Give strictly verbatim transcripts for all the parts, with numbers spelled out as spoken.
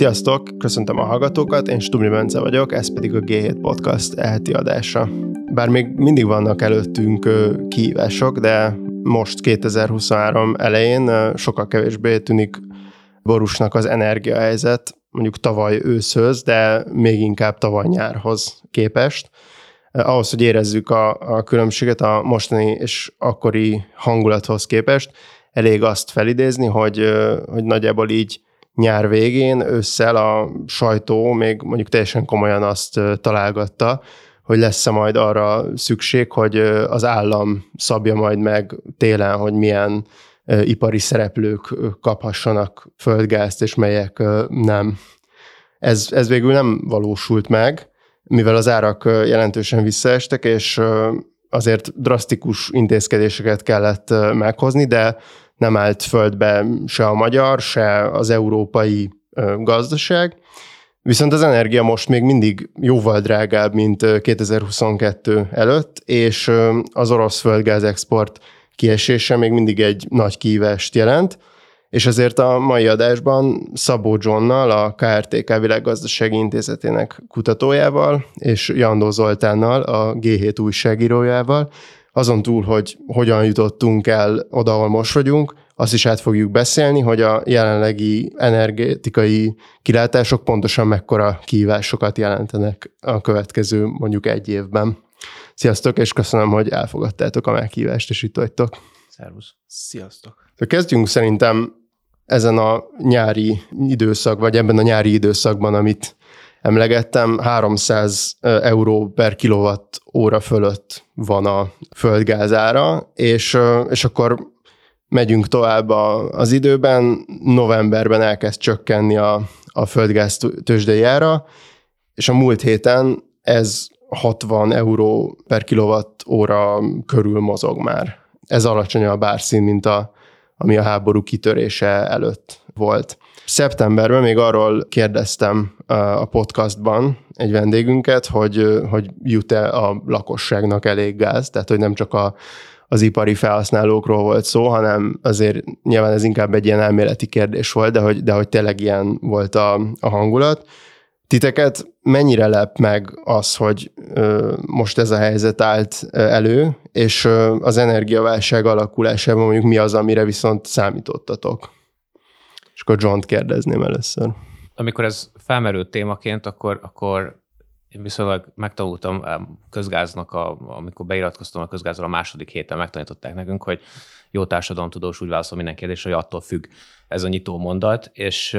Sziasztok! Köszöntöm a hallgatókat, én Stubni Bence vagyok, ez pedig a gé hét Podcast eheti adása. Bár még mindig vannak előttünk kihívások, de most kétezer-huszonhárom elején sokkal kevésbé tűnik borúsnak az energiahelyzet, mondjuk tavaly őszhöz, de még inkább tavaly nyárhoz képest. Ahhoz, hogy érezzük a, a különbséget a mostani és akkori hangulathoz képest, elég azt felidézni, hogy, hogy nagyjából így nyár végén, ősszel a sajtó még mondjuk teljesen komolyan azt találgatta, hogy lesz-e majd arra szükség, hogy az állam szabja majd meg télen, hogy milyen ipari szereplők kaphassanak földgázt, és melyek nem. Ez, ez végül nem valósult meg, mivel az árak jelentősen visszaestek, és azért drasztikus intézkedéseket kellett meghozni, de nem állt földbe se a magyar, se az európai gazdaság. Viszont az energia most még mindig jóval drágább, mint kétezer-huszonkettő előtt, és az orosz földgáz export kiesése még mindig egy nagy kihívást jelent, és ezért a mai adásban Szabó Johnnal, a ká er té ká Világgazdasági Intézetének kutatójával, és Jandó Zoltánnal, a gé hét újságírójával, azon túl, hogy hogyan jutottunk el oda, ahol most vagyunk, azt is át fogjuk beszélni, hogy a jelenlegi energetikai kilátások pontosan mekkora kihívásokat jelentenek a következő mondjuk egy évben. Sziasztok, és köszönöm, hogy elfogadtátok a meghívást, és itt vagytok. Szervusz. Sziasztok. Kezdjünk szerintem ezen a nyári időszak, vagy ebben a nyári időszakban, amit emlegettem, háromszáz euró per kilowatt óra fölött van a földgázára, és, és akkor megyünk tovább az időben, novemberben elkezd csökkenni a, a földgáz tőzsdei ára, és a múlt héten ez hatvan euró per kilowatt óra körül mozog már. Ez alacsonyabb árszín, mint a, ami a háború kitörése előtt volt. Szeptemberben még arról kérdeztem a podcastban egy vendégünket, hogy, hogy jut-e a lakosságnak elég gáz, tehát hogy nem csak a, az ipari felhasználókról volt szó, hanem azért nyilván ez inkább egy ilyen elméleti kérdés volt, de hogy, de hogy tényleg ilyen volt a, a hangulat. Titeket mennyire lep meg az, hogy ö, most ez a helyzet állt elő, és ö, az energiaválság alakulásában mondjuk mi az, amire viszont számítottatok? És akkor John-t kérdezném először. Amikor ez felmerült témaként, akkor, akkor én viszonylag megtanultam közgáznak, a, amikor beiratkoztam a közgázra a második héten, megtanították nekünk, hogy jó társadalomtudós úgy válaszol minden kérdésre, hogy attól függ ez a nyitó mondat, és,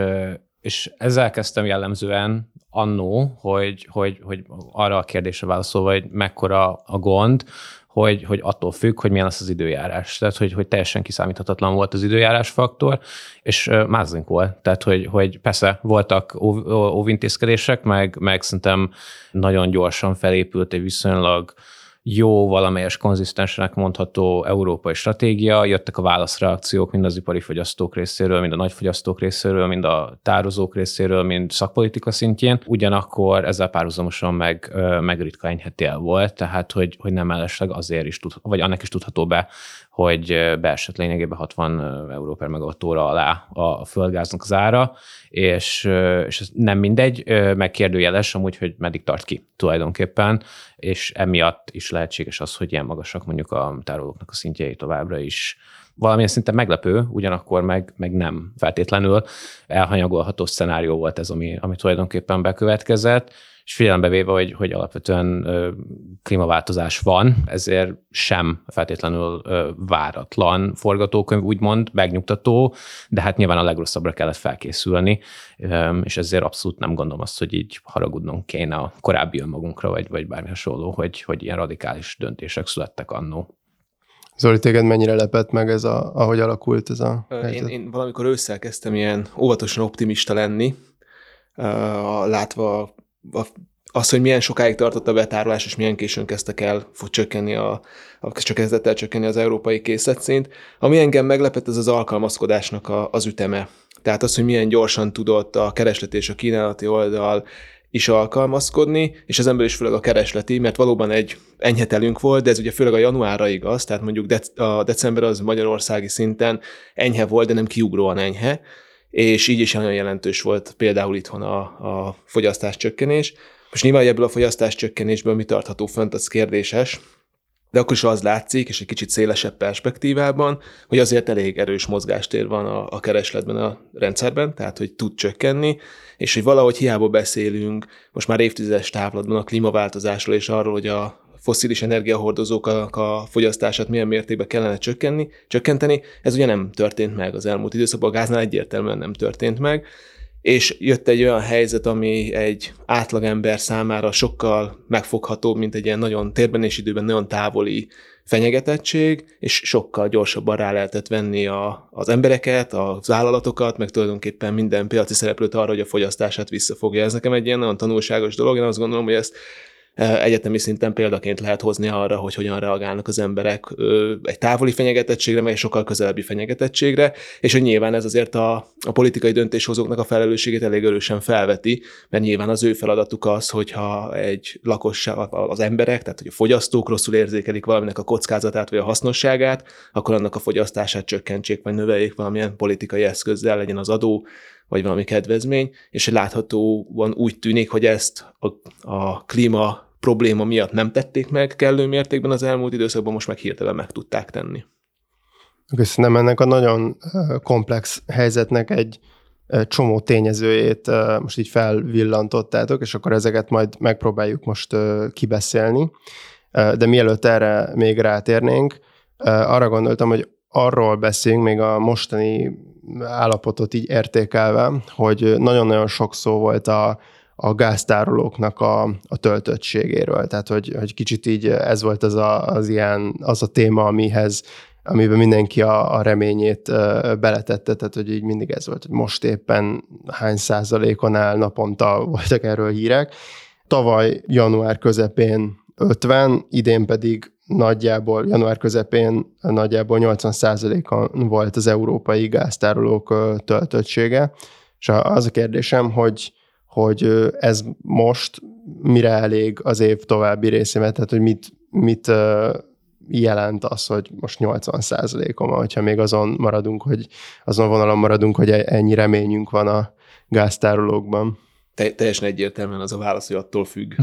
és ezzel kezdtem jellemzően annó, hogy, hogy, hogy arra a kérdésre válaszolva, hogy mekkora a gond, hogy, hogy attól függ, hogy milyen lesz az időjárás. Tehát, hogy, hogy teljesen kiszámíthatatlan volt az időjárás faktor, és uh, mázlink volt. Tehát, hogy, hogy persze voltak óv, óvintézkedések, meg, meg szerintem nagyon gyorsan felépült egy viszonylag jó, valamelyes konzisztensnek mondható európai stratégia, jöttek a válaszreakciók mind az ipari fogyasztók részéről, mind a nagyfogyasztók részéről, mind a tározók részéről, mind szakpolitika szintjén. Ugyanakkor ezzel párhuzamosan meg, meg ritka enyhe tél volt, tehát hogy, hogy nem mellesleg azért is tud, vagy annak is tudható be, hogy beesett lényegében hatvan euró per megawattóra alá a földgáznak az ára, és, és ez nem mindegy, megkérdőjeles amúgy, hogy meddig tart ki tulajdonképpen, és emiatt is lehetséges az, hogy ilyen magasak mondjuk a tárolóknak a szintjei továbbra is. Valamilyen szinten meglepő, ugyanakkor meg, meg nem feltétlenül elhanyagolható szenárió volt ez, ami, ami tulajdonképpen bekövetkezett, és figyelembe véve, hogy, hogy alapvetően ö, klímaváltozás van, ezért sem feltétlenül ö, váratlan forgatókönyv, úgymond megnyugtató, de hát nyilván a legrosszabbra kellett felkészülni, ö, és ezért abszolút nem gondolom azt, hogy így haragudnunk kéne a korábbi önmagunkra, vagy, vagy bármi hasonló, hogy, hogy ilyen radikális döntések születtek annó. Zoli, téged mennyire lepett meg ez, a, ahogy alakult ez a helyzet? Én, én valamikor ősszel kezdtem ilyen óvatosan optimista lenni, uh, látva a, az, hogy milyen sokáig tartott a betárolás, és milyen későn kezdtek el fog csökkenni a, a, csak kezdett el csökkenni az európai készletszint. Ami engem meglepett, ez az alkalmazkodásnak a, az üteme. Tehát az, hogy milyen gyorsan tudott a kereslet és a kínálati oldal is alkalmazkodni, és az ember is főleg a keresleti, mert valóban egy enyhetelünk volt, de ez ugye főleg a januárra igaz, tehát mondjuk dec- a december az magyarországi szinten enyhe volt, de nem kiugróan enyhe, és így is nagyon jelentős volt például itthon a, a fogyasztás csökkenés. Most nyilván ebből a fogyasztás csökkenésből mi tartható fönt, az kérdéses, de akkor is az látszik, és egy kicsit szélesebb perspektívában, hogy azért elég erős mozgástér van a, a keresletben, a rendszerben, tehát hogy tud csökkenni, és hogy valahogy hiába beszélünk most már évtizedes távlatban a klímaváltozásról és arról, hogy a fosszilis energiahordozók a fogyasztását milyen mértékben kellene csökkenni, csökkenteni, ez ugye nem történt meg az elmúlt időszakban, a gáznál egyértelműen nem történt meg, és jött egy olyan helyzet, ami egy átlagember számára sokkal megfoghatóbb, mint egy ilyen nagyon térben és időben nagyon távoli fenyegetettség, és sokkal gyorsabban rá lehetett venni a, az embereket, az vállalatokat, meg tulajdonképpen minden piaci szereplőt arra, hogy a fogyasztását visszafogja. Ez nekem egy ilyen nagyon tanulságos dolog, én azt gondolom, hogy ezt egyetemi szinten példaként lehet hozni arra, hogy hogyan reagálnak az emberek egy távoli fenyegetettségre, meg egy sokkal közelebbi fenyegetettségre, és hogy nyilván ez azért a, a politikai döntéshozóknak a felelősségét elég erősen felveti, mert nyilván az ő feladatuk az, hogyha egy lakosság, az emberek, tehát hogy a fogyasztók rosszul érzékelik valaminek a kockázatát vagy a hasznosságát, akkor annak a fogyasztását csökkentsék, vagy növeljék valamilyen politikai eszközzel, legyen az adó, vagy valami kedvezmény, és láthatóan úgy tűnik, hogy ezt a, a klíma probléma miatt nem tették meg kellő mértékben az elmúlt időszakban, most meg hirtelen meg tudták tenni. Köszönöm, ennek a nagyon komplex helyzetnek egy csomó tényezőjét most így felvillantottátok, és akkor ezeket majd megpróbáljuk most kibeszélni. De mielőtt erre még rátérnénk, arra gondoltam, hogy arról beszélünk még a mostani állapotot így értékelve, hogy nagyon-nagyon sok szó volt a, a gáztárolóknak a, a töltöttségéről. Tehát, hogy, hogy kicsit így ez volt az a, az ilyen, az a téma, amihez, amiben mindenki a, a reményét beletette, tehát, hogy így mindig ez volt, hogy most éppen hány százalékon áll, naponta voltak erről hírek. Tavaly január közepén ötven, idén pedig nagyjából január közepén nagyjából nyolcvan százalékon volt az európai gáztárolók töltöttsége. És az a kérdésem, hogy, hogy ez most mire elég az év további részében, tehát hogy mit, mit jelent az, hogy most nyolcvan százalékon van, hogyha még azon maradunk, hogy azon a vonalon maradunk, hogy ennyi reményünk van a gáztárolókban. Te, teljesen egyértelműen az a válasz, hogy attól függ.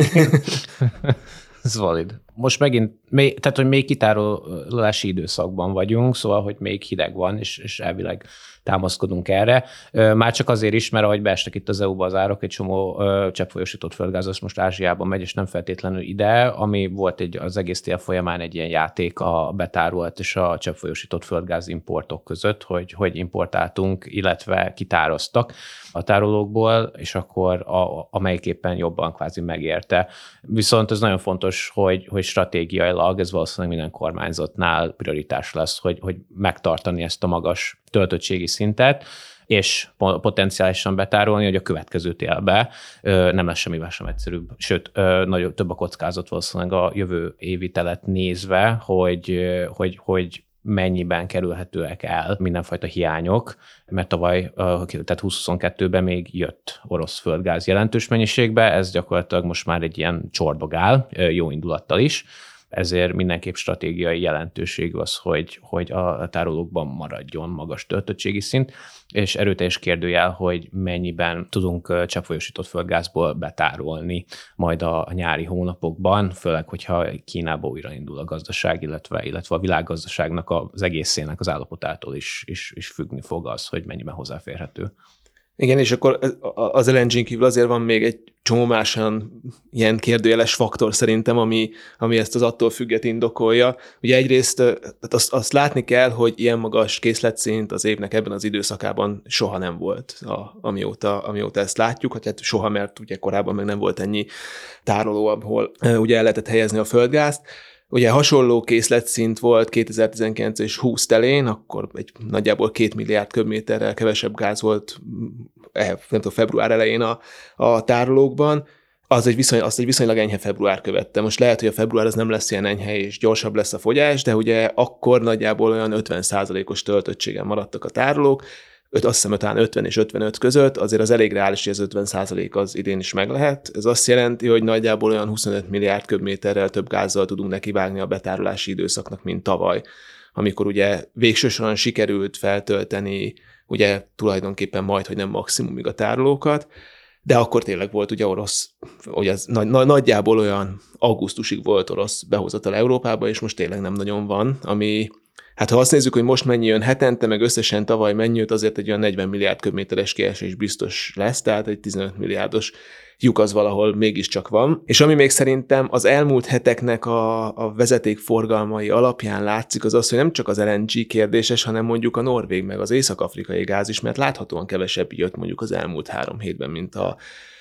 Ez valid. Most megint, még, tehát, hogy még kitárolási időszakban vagyunk, szóval, hogy még hideg van, és, és elvileg támaszkodunk erre. Már csak azért is, mert ahogy beestek itt az é u-ba az árak, egy csomó cseppfolyósított földgáz, az most Ázsiában megy, és nem feltétlenül ide, ami volt egy, az egész tél folyamán egy ilyen játék a betárolt és a cseppfolyósított földgáz importok között, hogy, hogy importáltunk, illetve kitároztak a tárolókból, és akkor a, amelyik éppen jobban kvázi megérte. Viszont ez nagyon fontos, hogy, hogy stratégiailag ez valószínűleg minden kormányzatnál prioritás lesz, hogy, hogy megtartani ezt a magas töltöttségi szintet, és potenciálisan betárolni, hogy a következő télbe nem lesz semmivel sem egyszerűbb. Sőt, nagyobb, több a kockázat valószínűleg a jövő évi telet nézve, hogy, hogy, hogy mennyiben kerülhetőek el mindenfajta hiányok, mert tavaly, tehát húsz-huszonkettőben még jött orosz földgáz jelentős mennyiségbe, ez gyakorlatilag most már egy ilyen csordogál, jó indulattal is, ezért mindenképp stratégiai jelentőség az, hogy, hogy a tárolókban maradjon magas töltöttségi szint, és erőteljes kérdőjel, hogy mennyiben tudunk cseppfolyósított földgázból betárolni majd a nyári hónapokban, főleg, hogyha Kínában újraindul a gazdaság, illetve, illetve a világgazdaságnak az egészének az állapotától is, is, is függni fog az, hogy mennyiben hozzáférhető. Igen, és akkor az el en gén kívül azért van még egy csomó másan ilyen kérdőjeles faktor szerintem, ami, ami ezt az attól függet indokolja. Ugye egyrészt azt, azt látni kell, hogy ilyen magas készletszint az évnek ebben az időszakában soha nem volt, a, amióta, amióta ezt látjuk, hát soha, mert ugye korábban meg nem volt ennyi tároló, ahol ugye el lehetett helyezni a földgázt. Ugye hasonló készletszint volt kétezer-tizenkilenc és húsz telén, akkor egy nagyjából két milliárd köbméterrel kevesebb gáz volt nem tudom, február elején a, a tárolókban. Az egy viszony, azt egy viszonylag enyhe február követte. Most lehet, hogy a február az nem lesz ilyen enyhe és gyorsabb lesz a fogyás, de ugye akkor nagyjából olyan ötven százalékos töltöttségen maradtak a tárolók, Öt, azt hiszem talán ötven és ötvenöt között, azért az elég reális, hogy az ötven százalék az idén is meg lehet. Ez azt jelenti, hogy nagyjából olyan huszonöt milliárd köbméterrel több gázzal tudunk nekivágni a betárolási időszaknak, mint tavaly, amikor ugye végső soron sikerült feltölteni ugye tulajdonképpen majd, hogy nem maximumig a tárolókat, de akkor tényleg volt ugye orosz, hogy ez nagy, nagyjából olyan augusztusig volt orosz behozatal Európába, és most tényleg nem nagyon van, ami, hát ha azt nézzük, hogy most mennyi jön hetente, meg összesen tavaly mennyi jött, azért egy olyan negyven milliárd köbméteres kiesés biztos lesz, tehát egy tizenöt milliárdos lyuk az valahol mégiscsak van. És ami még szerintem az elmúlt heteknek a, a vezetékforgalmai alapján látszik, az az, hogy nem csak az el en gé kérdéses, hanem mondjuk a norvég meg az észak-afrikai gáz is, mert láthatóan kevesebb jött mondjuk az elmúlt három hétben, mint a,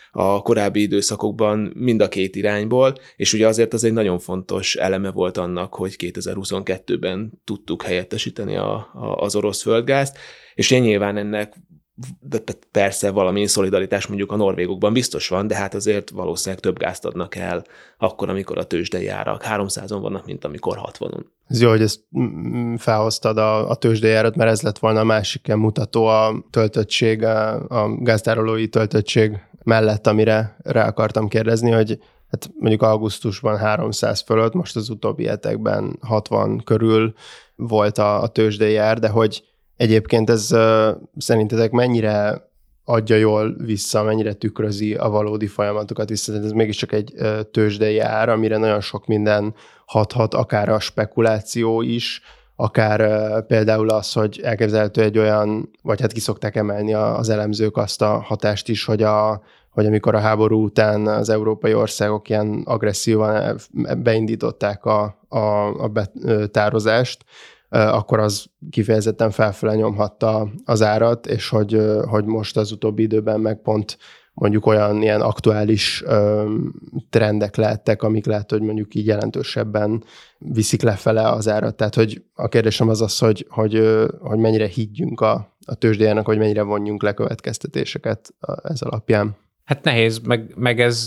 a korábbi időszakokban mind a két irányból, és ugye azért az egy nagyon fontos eleme volt annak, hogy kétezer-huszonkettőben tudtuk helyettesíteni a, a, az orosz földgázt, és ugye nyilván ennek de persze valami szolidaritás mondjuk a norvégokban biztos van, de hát azért valószínűleg több gázt adnak el akkor, amikor a tőzsdei árak háromszázon vannak, mint amikor hatvanon. Ez jó, hogy ezt felhoztad a, a tőzsdei árat, mert ez lett volna a másik mutató, a töltöttség, a, a gáztárolói töltöttség mellett, amire rá akartam kérdezni, hogy hát mondjuk augusztusban háromszáz fölött, most az utóbbi hetekben hatvan körül volt a, a tőzsdei ár, de hogy egyébként ez uh, szerintetek mennyire adja jól vissza, mennyire tükrözi a valódi folyamatokat vissza? Ez mégiscsak egy uh, tőzsdei ár, amire nagyon sok minden hathat, akár a spekuláció is, akár uh, például az, hogy elképzelhető egy olyan, vagy hát ki szokták emelni az elemzők azt a hatást is, hogy, a, hogy amikor a háború után az európai országok ilyen agresszívan beindították a, a, a betározást, akkor az kifejezetten felfele nyomhatta az árat, és hogy, hogy most az utóbbi időben meg pont mondjuk olyan ilyen aktuális trendek lehettek, amik lehet, hogy mondjuk így jelentősebben viszik lefele az árat. Tehát, hogy a kérdésem az az, hogy, hogy, hogy mennyire higgyünk a, a tőzsdéjának, hogy mennyire vonjunk le következtetéseket ez alapján. Hát nehéz, meg, meg ez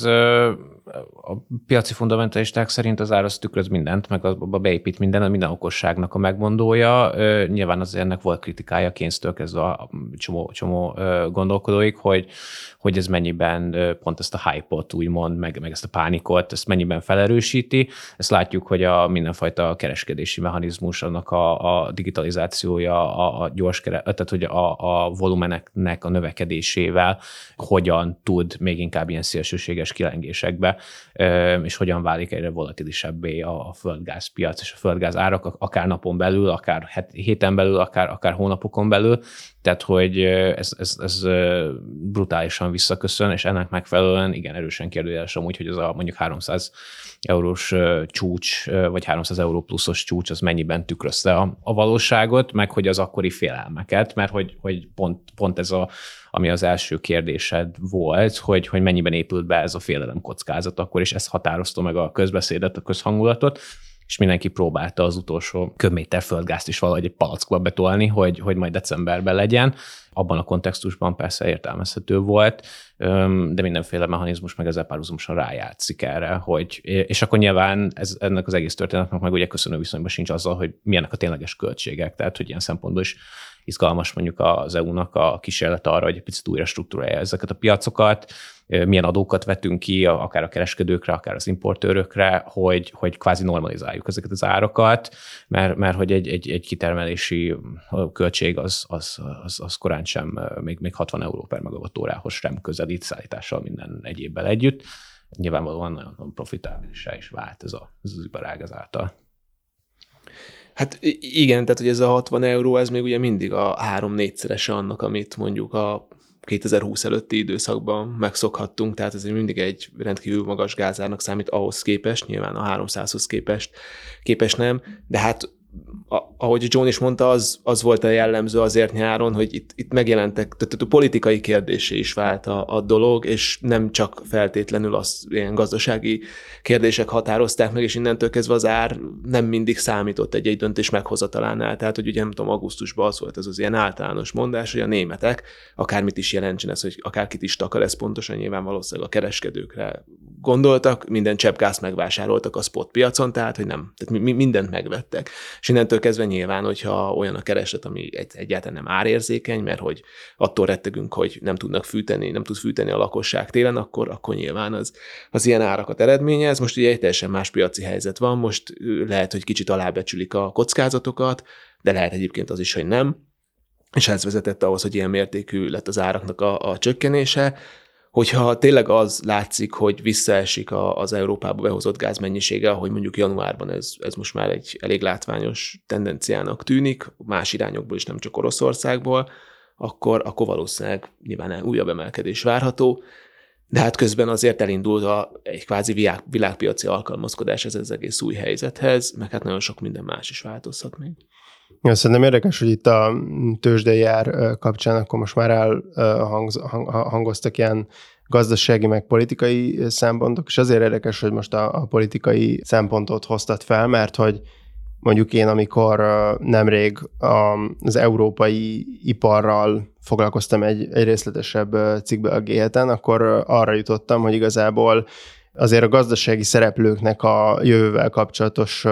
a piaci fundamentalisták szerint az ár az tükröz mindent, meg abba beépít minden, minden okosságnak a megmondója. Nyilván az ennek volt kritikája Keynes-től kezdve a csomó, csomó gondolkodóik, hogy, hogy ez mennyiben pont ezt a hype-ot úgymond, meg, meg ezt a pánikot, ezt mennyiben felerősíti. Ezt látjuk, hogy a mindenfajta kereskedési mechanizmus, annak a, a digitalizációja, a, a gyors kere, tehát hogy a, a volumeneknek a növekedésével hogyan tud még inkább ilyen szélsőséges kilengésekbe, és hogyan válik egyre volatilisebbé a földgázpiac és a földgáz árak, akár napon belül, akár héten belül, akár, akár hónapokon belül. Tehát, hogy ez, ez, ez brutálisan visszaköszön, és ennek megfelelően igen erősen kérdőjeles amúgy, hogy az a mondjuk háromszáz eurós csúcs, vagy háromszáz euró pluszos csúcs, az mennyiben tükrözte a, a valóságot, meg hogy az akkori félelmeket, mert hogy, hogy pont, pont ez a, ami az első kérdésed volt, hogy, hogy mennyiben épült be ez a félelem kockázat akkor, és ez határozta meg a közbeszédet, a közhangulatot, és mindenki próbálta az utolsó köbméter földgázt is valahogy egy palackba betolni, hogy, hogy majd decemberben legyen. Abban a kontextusban persze értelmezhető volt, de mindenféle mechanizmus meg ezzel párhuzamosan rájátszik erre, hogy, és akkor nyilván ez, ennek az egész történetnek meg ugye köszönő viszonyban sincs azzal, hogy milyenek a tényleges költségek, tehát hogy ilyen szempontból is izgalmas mondjuk az é u-nak a kísérlet arra, hogy egy picit újra struktúrálja ezeket a piacokat, milyen adókat vetünk ki, akár a kereskedőkre, akár az importőrökre, hogy, hogy kvázi normalizáljuk ezeket az árakat, mert, mert hogy egy, egy, egy kitermelési költség az, az, az, az korán sem, még, még hatvan euró per megawattórához sem közelít szállítással minden egyébbel együtt. Nyilvánvalóan nagyon profitábilisá is vált ez, a, ez az iparág ezáltal. Hát igen, tehát hogy ez a hatvan euró, ez még ugye mindig a három-négyszerese annak, amit mondjuk a kétezer-húsz előtti időszakban megszokhattunk, tehát ez mindig egy rendkívül magas gázárnak számít ahhoz képest, nyilván a háromszázhoz képest, képest nem, de hát a, ahogy John is mondta, az, az volt a jellemző azért nyáron, hogy itt, itt megjelentek, tehát a politikai kérdésé is vált a, a dolog, és nem csak feltétlenül az ilyen gazdasági kérdések határozták meg, és innentől kezdve az ár nem mindig számított egy-egy döntés meghozatalánál. Tehát, hogy ugye nem tudom, augusztusban az volt ez az ilyen általános mondás, hogy a németek, akármit is jelentsen ez, hogy akárkit is takar, ez pontosan nyilván valószínűleg a kereskedőkre gondoltak, minden cseppgázt megvásároltak a spot piacon, tehát, hogy nem, tehát mi, mindent megvettek. És innentől kezdve nyilván, hogyha olyan a kereslet, ami egy, egyáltalán nem árérzékeny, mert hogy attól rettegünk, hogy nem tudnak fűteni, nem tud fűteni a lakosság télen, akkor, akkor nyilván az, az ilyen árakat eredményez. Most ugye egy teljesen más piaci helyzet van, most lehet, hogy kicsit alábecsülik a kockázatokat, de lehet egyébként az is, hogy nem. és ez vezetett ahhoz, hogy ilyen mértékű lett az áraknak a, a csökkenése. Hogyha tényleg az látszik, hogy visszaesik a, az Európába behozott gáz mennyisége, ahogy mondjuk januárban ez, ez most már egy elég látványos tendenciának tűnik, más irányokból is, nem csak Oroszországból, akkor, akkor valószínűleg nyilván újabb emelkedés várható, de hát közben azért elindult a, egy kvázi világ, világpiaci alkalmazkodás ez az egész új helyzethez, meg hát nagyon sok minden más is változhat még. Ja, szerintem érdekes, hogy itt a tőzsdei ár kapcsán akkor most már elhangoztak ilyen gazdasági meg politikai szempontok, és azért érdekes, hogy most a, a politikai szempontot hoztad fel, mert hogy mondjuk én, amikor nemrég az európai iparral foglalkoztam egy, egy részletesebb cikkben a gé héten, akkor arra jutottam, hogy igazából azért a gazdasági szereplőknek a jövővel kapcsolatos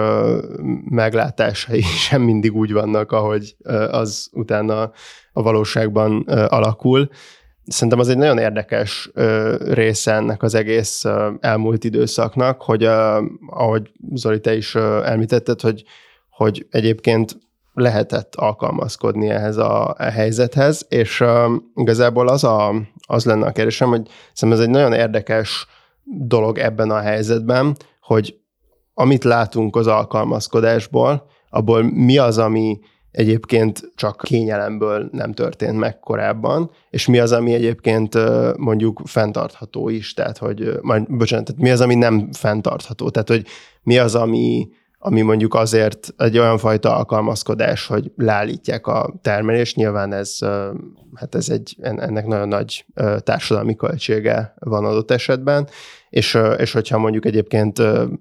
meglátásai sem mindig úgy vannak, ahogy az utána a valóságban alakul. Szerintem az egy nagyon érdekes része ennek az egész elmúlt időszaknak, hogy ahogy Zoli, te is említetted, hogy, hogy egyébként lehetett alkalmazkodni ehhez a, a helyzethez, és igazából az, a, az lenne a kérdésem, hogy szerintem ez egy nagyon érdekes dolog ebben a helyzetben, hogy amit látunk az alkalmazkodásból, abból mi az, ami egyébként csak kényelemből nem történt meg korábban, és mi az, ami egyébként mondjuk fenntartható is, tehát hogy, majd, bocsánat, tehát mi az, ami nem fenntartható, tehát hogy mi az, ami, ami mondjuk azért egy olyan fajta alkalmazkodás, hogy leállítják a termelést, nyilván ez, hát ez egy, ennek nagyon nagy társadalmi költsége van adott esetben, és, és hogyha mondjuk egyébként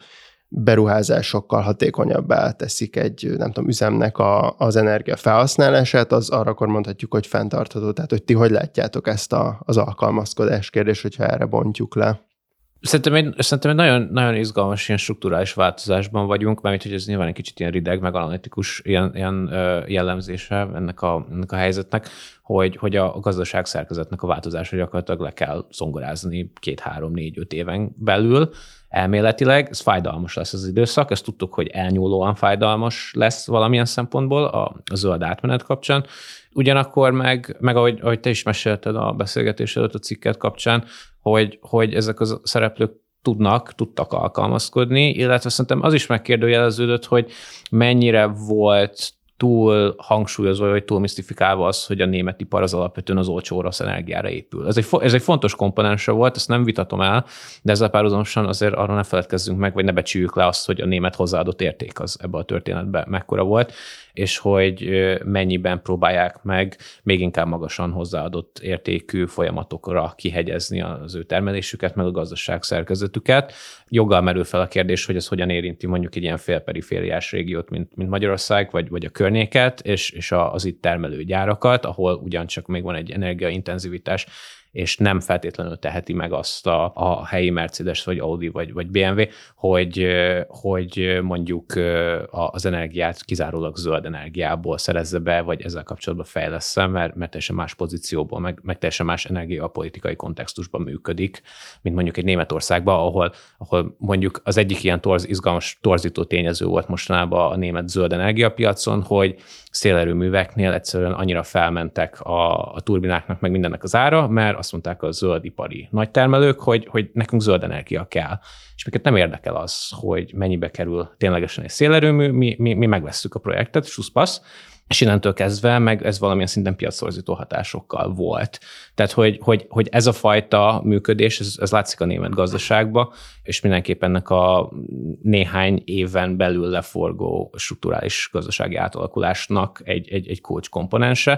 beruházásokkal hatékonyabbá teszik egy, nem tudom, üzemnek a, az energia felhasználását, az arra akkor mondhatjuk, hogy fenntartható. Tehát, hogy ti hogy látjátok ezt a, az alkalmazkodás kérdés, hogyha erre bontjuk le? Szerintem egy, szerintem egy nagyon, nagyon izgalmas ilyen strukturális változásban vagyunk, mert hogy ez nyilván egy kicsit ilyen rideg, meg analitikus ilyen, ilyen jellemzése ennek a, ennek a helyzetnek, hogy, hogy a gazdaság szerkezetnek a változása gyakorlatilag le kell zongorázni két, három, négy, öt éven belül. Elméletileg ez fájdalmas lesz az időszak, ezt tudtuk, hogy elnyúlóan fájdalmas lesz valamilyen szempontból a, a zöld átmenet kapcsán. Ugyanakkor meg, meg ahogy, ahogy te is mesélted a beszélgetés előtt a cikket kapcsán, hogy, hogy ezek a szereplők tudnak, tudtak alkalmazkodni, illetve szerintem az is megkérdőjeleződött, hogy mennyire volt túl hangsúlyozva, vagy túl misztifikálva az, hogy a német ipar az alapvetően az olcsó orosz energiára épül. Ez egy, ez egy fontos komponense volt, ezt nem vitatom el, de ezzel párhuzamosan azért arról ne feledkezzünk meg, vagy ne becsüljük le azt, hogy a német hozzáadott érték az ebben a történetben mekkora volt, és hogy mennyiben próbálják meg még inkább magasan hozzáadott értékű folyamatokra kihegyezni az ő termelésüket, meg a gazdaság szerkezetüket. Joggal merül fel a kérdés, hogy ez hogyan érinti mondjuk egy ilyen félperifériás régiót, mint, mint Magyarország, vagy, vagy a környéket, és, és az itt termelő gyárakat, ahol ugyancsak még van egy energiaintenzivitás, és nem feltétlenül teheti meg azt a, a helyi Mercedes, vagy Audi, vagy, vagy bé em vé, hogy, hogy mondjuk az energiát kizárólag zöld energiából szerezze be, vagy ezzel kapcsolatban fejlessze, mert, mert teljesen más pozícióból, meg, meg teljesen más energiapolitikai kontextusban működik, mint mondjuk egy Németországban, ahol, ahol mondjuk az egyik ilyen torz, izgalmas torzító tényező volt mostanában a német zöld energiapiacon, hogy szélerőműveknél egyszerűen annyira felmentek a, a turbináknak, meg mindennek az ára, mert azt mondták a zöldipari nagytermelők, hogy, hogy nekünk zöld energia kell. És minket nem érdekel az, hogy mennyibe kerül ténylegesen egy szélerőmű, mi, mi, mi megvesszük a projektet, suszpasz, és innentől kezdve meg ez valamilyen szinten piactorzító hatásokkal volt. Tehát, hogy, hogy, hogy ez a fajta működés, ez, ez látszik a német gazdaságban, és mindenképpen ennek a néhány éven belül leforgó strukturális gazdasági átalakulásnak egy, egy, egy kulcs komponense.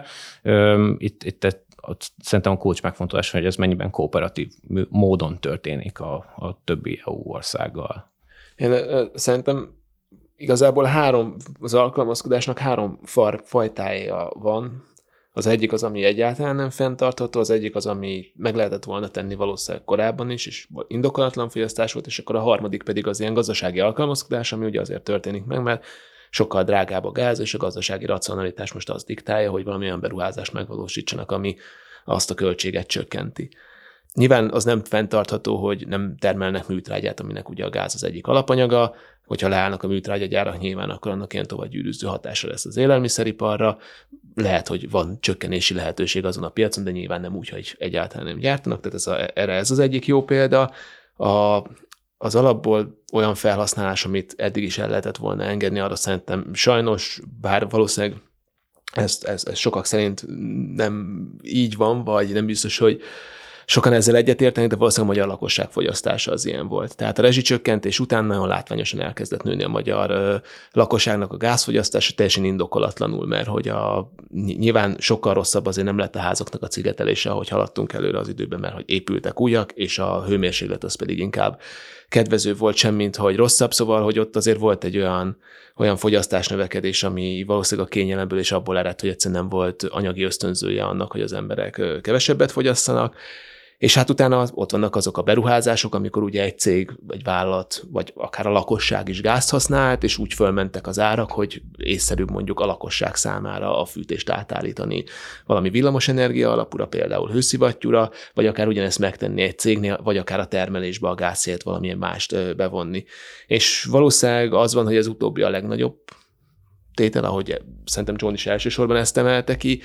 Itt, itt ott szerintem a kulcs megfontolás, hogy ez mennyiben kooperatív módon történik a, a többi é u országgal. Én szerintem igazából három, az alkalmazkodásnak három far, fajtája van. Az egyik az, ami egyáltalán nem fenntartható, az egyik az, ami meg lehetett volna tenni valószínűleg korábban is, és indokolatlan fogyasztás volt, és akkor a harmadik pedig az ilyen gazdasági alkalmazkodás, ami ugye azért történik meg, mert sokkal drágább a gáz, és a gazdasági racionalitás most azt diktálja, hogy valamilyen beruházást megvalósítsanak, ami azt a költséget csökkenti. Nyilván az nem fenntartható, hogy nem termelnek műtrágyát, aminek ugye a gáz az egyik alapanyaga, hogyha leállnak a műtrágyagyárak, nyilván akkor annak ilyen tovább gyűrűző hatása lesz az élelmiszeriparra. lehet, hogy van csökkenési lehetőség azon a piacon, de nyilván nem úgy, hogy egyáltalán nem gyártanak, tehát ez a, erre ez az egyik jó példa. A, az alapból olyan felhasználás, amit eddig is el lehetett volna engedni, arra szerintem sajnos, bár valószínűleg ez, ez, ez sokak szerint nem így van, vagy nem biztos, hogy sokan ezzel egyetértenek, de valószínűleg a magyar lakosság fogyasztása az ilyen volt. Tehát a rezsicsökkentés után nagyon látványosan elkezdett nőni a magyar ö, lakosságnak a gázfogyasztása, teljesen indokolatlanul, mert hogy a, nyilván sokkal rosszabb azért nem lett a házaknak a szigetelése, ahogy haladtunk előre az időben, mert hogy épültek újak, és a hőmérséklet az pedig inkább kedvező volt sem, mint hogy rosszabb, szóval, hogy ott azért volt egy olyan, olyan fogyasztás növekedés, ami valószínűleg a kényelemből és abból eredt, hogy egyszerűen nem volt anyagi ösztönzője annak, hogy az emberek kevesebbet fogyasszanak. És hát utána ott vannak azok a beruházások, amikor ugye egy cég, egy vállalat, vagy akár a lakosság is gázt használt, és úgy fölmentek az árak, hogy észszerűbb mondjuk a lakosság számára a fűtést átállítani valami villamosenergia alapúra, például hőszivattyúra, vagy akár ugyanezt megtenni egy cégnél, vagy akár a termelésbe a gázszélt valamilyen mást bevonni. És valószínűleg az van, hogy ez utóbbi a legnagyobb tétel, ahogy szerintem John is elsősorban ezt emelte ki,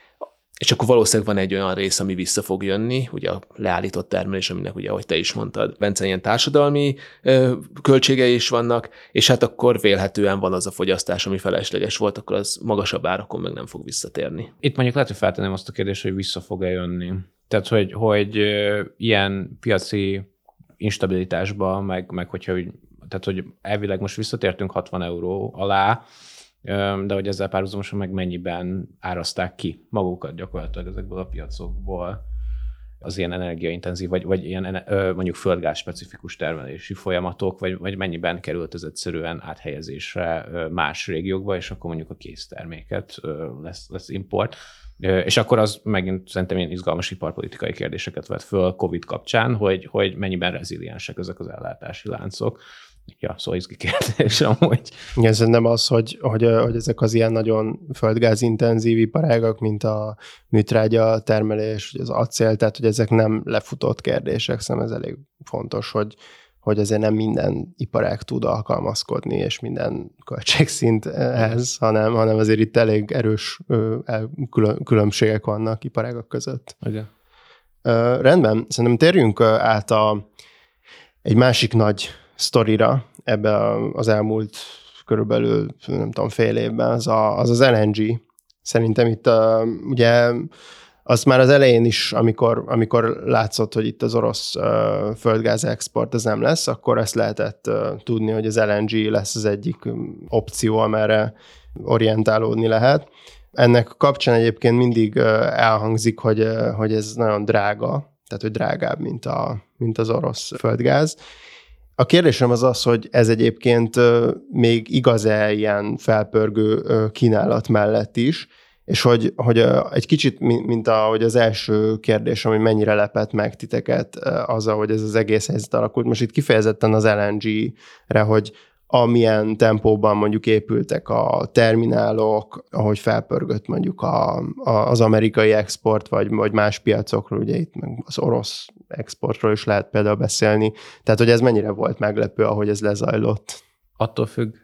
és akkor valószínűleg van egy olyan rész, ami vissza fog jönni, ugye a leállított termelés, aminek ugye, ahogy te is mondtad, Bence, ilyen társadalmi ö, költségei is vannak, és hát akkor vélhetően van az a fogyasztás, ami felesleges volt, akkor az magasabb árakon meg nem fog visszatérni. Itt mondjuk lehet, hogy feltenném azt a kérdést, hogy vissza fog-e jönni. Tehát, hogy, hogy ö, ilyen piaci instabilitásba, meg, meg hogyha, hogy, tehát, hogy elvileg most visszatértünk hatvan euró alá, de hogy ezzel párhuzamosan meg mennyiben árazták ki magukat gyakorlatilag ezekből a piacokból az ilyen energiaintenzív, vagy, vagy ilyen mondjuk földgáz specifikus termelési folyamatok, vagy, vagy mennyiben került ez egyszerűen áthelyezésre más régiókba, és akkor mondjuk a készterméket lesz, lesz import. És akkor az megint szerintem ilyen izgalmas iparpolitikai kérdéseket vet föl Covid kapcsán, hogy, hogy mennyiben reziliensek ezek az ellátási láncok. Ja, szóval izgi kérdés amúgy. Ez nem az, hogy, hogy, hogy ezek az ilyen nagyon földgázintenzív iparágak, mint a műtrágya termelés, az acél, tehát hogy ezek nem lefutott kérdések, szerintem ez elég fontos, hogy, hogy azért nem minden iparág tud alkalmazkodni, és minden költségszinthez, hanem, hanem azért itt elég erős külön, különbségek vannak iparágak között. Okay. Rendben, szerintem térjünk át a, egy másik nagy sztorira ebbe az elmúlt körülbelül, nem tudom, fél évben, az a, az, az el en gé. Szerintem itt uh, ugye azt már az elején is, amikor, amikor látszott, hogy itt az orosz uh, földgáz export ez nem lesz, akkor ezt lehetett uh, tudni, hogy az el en gé lesz az egyik opció, amerre orientálódni lehet. Ennek kapcsán egyébként mindig uh, elhangzik, hogy, uh, hogy ez nagyon drága, tehát hogy drágább, mint, a, mint az orosz földgáz. A kérdésem az az, hogy ez egyébként még igaz-e ilyen felpörgő kínálat mellett is, és hogy, hogy egy kicsit, mint ahogy az első kérdés, ami mennyire lepett meg titeket az, ahogy ez az egész helyzet alakult. Most itt kifejezetten az el en gé-re, hogy amilyen tempóban mondjuk épültek a terminálok, ahogy felpörgött mondjuk a, a, az amerikai export, vagy, vagy más piacokról, ugye itt meg az orosz exportról is lehet például beszélni. Tehát, hogy ez mennyire volt meglepő, ahogy ez lezajlott? Attól függ.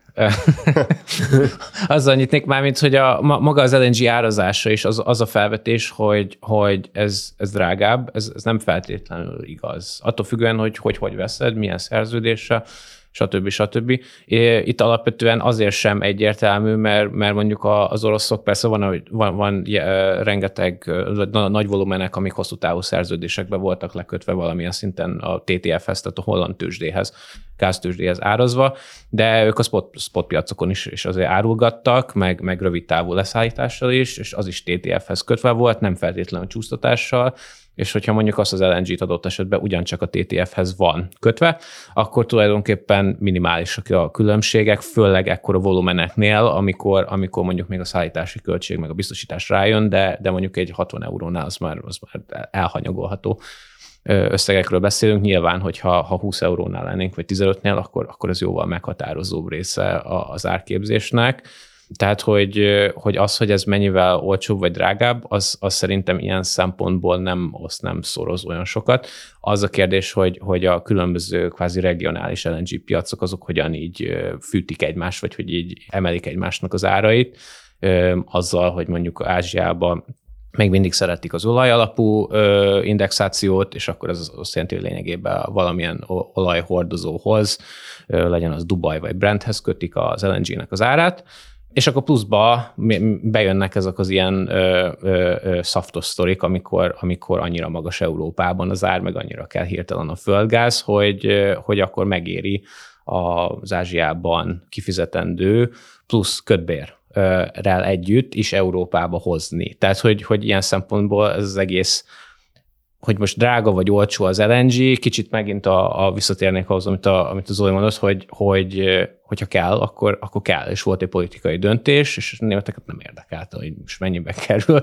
Azzal nyitnék már, mint hogy a, maga az el en gé árazása is az, az a felvetés, hogy, hogy ez, ez drágább, ez, ez nem feltétlenül igaz. Attól függően, hogy hogy, hogy veszed, milyen szerződéssel, stb. stb. Itt alapvetően azért sem egyértelmű, mert, mert mondjuk az oroszok persze van, van, van rengeteg nagy volumenek, amik hosszú távú szerződésekben voltak lekötve valamilyen szinten a té té ef-hez, tehát a holland tőzsdéhez, gáztőzsdéhez árazva, de ők a spot, spot piacokon is, is azért árulgattak, meg, meg rövid távú leszállítással is, és az is té té ef-hez kötve volt, nem feltétlenül csúsztatással, és hogyha mondjuk azt az el en gét adott esetben ugyancsak a té té ef-hez van kötve, akkor tulajdonképpen minimálisak a különbségek, főleg ekkora volumeneknél, amikor, amikor mondjuk még a szállítási költség, meg a biztosítás rájön, de, de mondjuk egy hatvan eurónál az már, az már elhanyagolható összegekről beszélünk. Nyilván, hogyha ha húsz eurónál lennénk, vagy tizenötnél, akkor, akkor ez jóval meghatározóbb része az árképzésnek. Tehát, hogy, hogy az, hogy ez mennyivel olcsóbb vagy drágább, az, az szerintem ilyen szempontból nem oszt, nem szoroz olyan sokat. Az a kérdés, hogy, hogy a különböző kvázi regionális el en gé piacok azok hogyan így fűtik egymást, vagy hogy így emelik egymásnak az árait, azzal, hogy mondjuk Ázsiában még mindig szeretik az olaj-alapú ö, indexációt, és akkor ez azt jelenti, hogy lényegében valamilyen olajhordozóhoz, ö, legyen az Dubaj vagy Brenthez kötik az el en gé-nek az árát, és akkor pluszba bejönnek ezek az ilyen ö, ö, ö, szaftos sztorik, amikor, amikor annyira magas Európában az ár, meg annyira kell hirtelen a földgáz, hogy, hogy akkor megéri az Ázsiában kifizetendő plusz kötbér rel együtt is Európába hozni. Tehát, hogy, hogy ilyen szempontból ez az egész, hogy most drága vagy olcsó az el en gé, kicsit megint a, a visszatérnék ahhoz, amit, a, amit az Zoli mondott, hogy, hogy hogyha kell, akkor, akkor kell. És volt egy politikai döntés, és a németeket nem érdekelte, hogy most mennyibe kerül,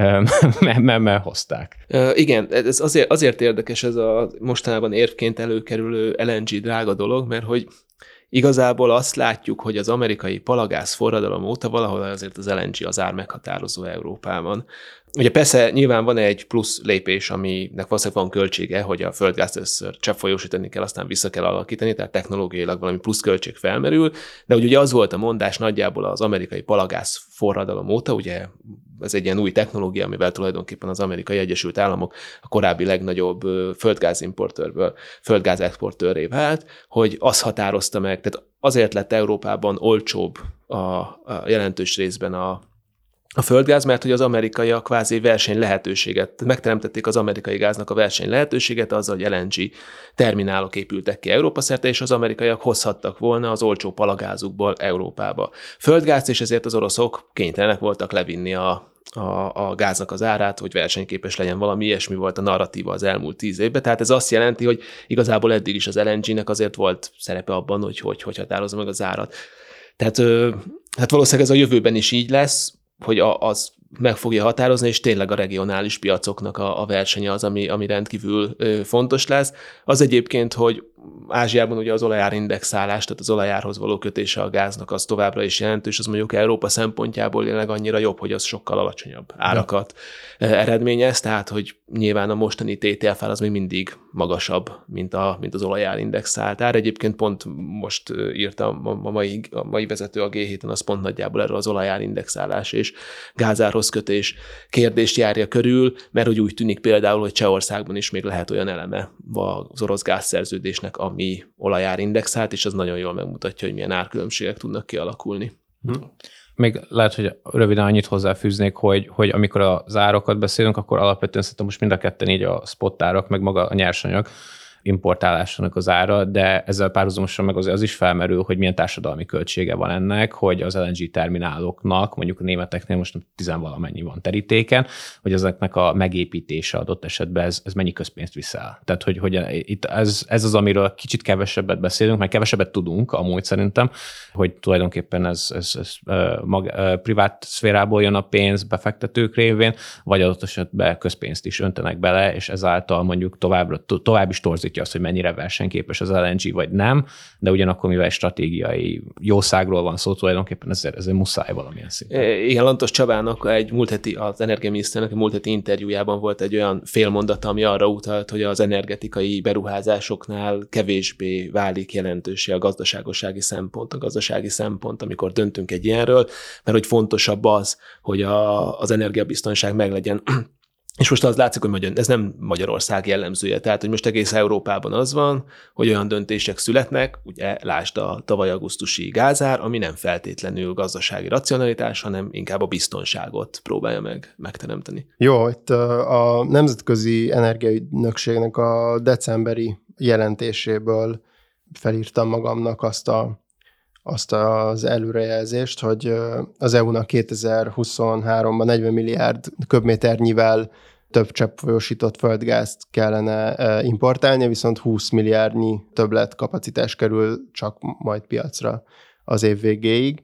mert, mert, mert hozták. Uh, igen, ez azért, azért érdekes ez a mostanában érvként előkerülő el en gé drága dolog, mert hogy igazából azt látjuk, hogy az amerikai palagáz forradalom óta valahol azért az el en gé az ár meghatározó Európában. Ugye persze nyilván van egy plusz lépés, aminek valószínűleg van költsége, hogy a földgázt először cseppfolyósítani kell, aztán vissza kell alakítani, tehát technológiailag valami plusz költség felmerül, de ugye az volt a mondás nagyjából az amerikai palagáz forradalom óta, ugye ez egy ilyen új technológia, amivel tulajdonképpen az Amerikai Egyesült Államok a korábbi legnagyobb földgázimportőrből földgázexportőrré vált, hogy az határozta meg, tehát azért lett Európában olcsóbb a, a jelentős részben a a földgáz, mert hogy az amerikaiak kvázi verseny lehetőséget, megteremtették az amerikai gáznak a verseny lehetőséget azzal, hogy el en gé terminálok épültek ki Európa szerte, és az amerikaiak hozhattak volna az olcsó palagázukból Európába földgázt, és ezért az oroszok kénytelenek voltak levinni a, a, a gáznak az árát, hogy versenyképes legyen, valami ilyesmi volt a narratíva az elmúlt tíz évben. Tehát ez azt jelenti, hogy igazából eddig is az el en gének azért volt szerepe abban, hogy hogy, hogy határozza meg az árat. Tehát hát valószínűleg ez a jövőben is így lesz, hogy az meg fogja határozni, és tényleg a regionális piacoknak a, a versenye az, ami, ami rendkívül ö, fontos lesz. Az egyébként, hogy Ázsiában ugye az olajárindexálás, tehát az olajárhoz való kötése a gáznak az továbbra is jelentős, az mondjuk Európa szempontjából jelenleg annyira jobb, hogy az sokkal alacsonyabb árakat ja. eredményez, tehát hogy nyilván a mostani té té ef ár az még mindig magasabb, mint, a, mint az olajárindexált ár. Egyébként pont most írtam a mai, a mai vezető a gé héten, az pont nagyjából erről az olajárindexálás és gázárhoz kötés kérdést járja körül, mert hogy úgy tűnik például, hogy Csehországban is még lehet olyan eleme az orosz gázszerződésnek, ami olajárindexált, és az nagyon jól megmutatja, hogy milyen árkülönbségek tudnak kialakulni. Hm. Még lehet, hogy röviden annyit hozzáfűznék, hogy, hogy amikor az árakat beszélünk, akkor alapvetően szerintem most mind a ketten így a spot árak, meg maga a nyersanyag importálásának az ára, de ezzel párhuzamosan meg azért az is felmerül, hogy milyen társadalmi költsége van ennek, hogy az el en gé termináloknak, mondjuk a németeknél most tizenvalamennyi van terítéken, hogy ezeknek a megépítése adott esetben ez, ez mennyi közpénzt viszel. Tehát, hogy, hogy itt ez, ez az, amiről kicsit kevesebbet beszélünk, meg kevesebbet tudunk amúgy szerintem, hogy tulajdonképpen ez, ez, ez mag, privát szférából jön a pénz befektetők révén, vagy adott esetben közpénzt is öntenek bele, és ezáltal mondjuk továbbra, tovább is torzít azt, hogy mennyire versenyképes az el en gé, vagy nem, de ugyanakkor, mivel stratégiai jószágról van szó, tulajdonképpen ezért, ezért muszáj valamilyen szinten. Igen, Lantos Csabának egy múlt heti, az energiaminiszternek egy múlt heti interjújában volt egy olyan félmondata, ami arra utalt, hogy az energetikai beruházásoknál kevésbé válik jelentősé a gazdaságossági szempont, a gazdasági szempont, amikor döntünk egy ilyenről, mert hogy fontosabb az, hogy a, az energiabiztonság meglegyen. És most az látszik, hogy ez nem Magyarország jellemzője, tehát hogy most egész Európában az van, hogy olyan döntések születnek, ugye lásd a tavaly augusztusi gázár, ami nem feltétlenül gazdasági racionalitás, hanem inkább a biztonságot próbálja meg megteremteni. Jó, itt a Nemzetközi Energiaügynökségnek a decemberi jelentéséből felírtam magamnak azt a azt az előrejelzést, hogy az é u-nak kétezer-huszonháromban negyven milliárd köbméternyivel több cseppfolyósított földgázt kellene importálni, viszont húsz milliárdnyi többlet kapacitás kerül csak majd piacra az év végéig,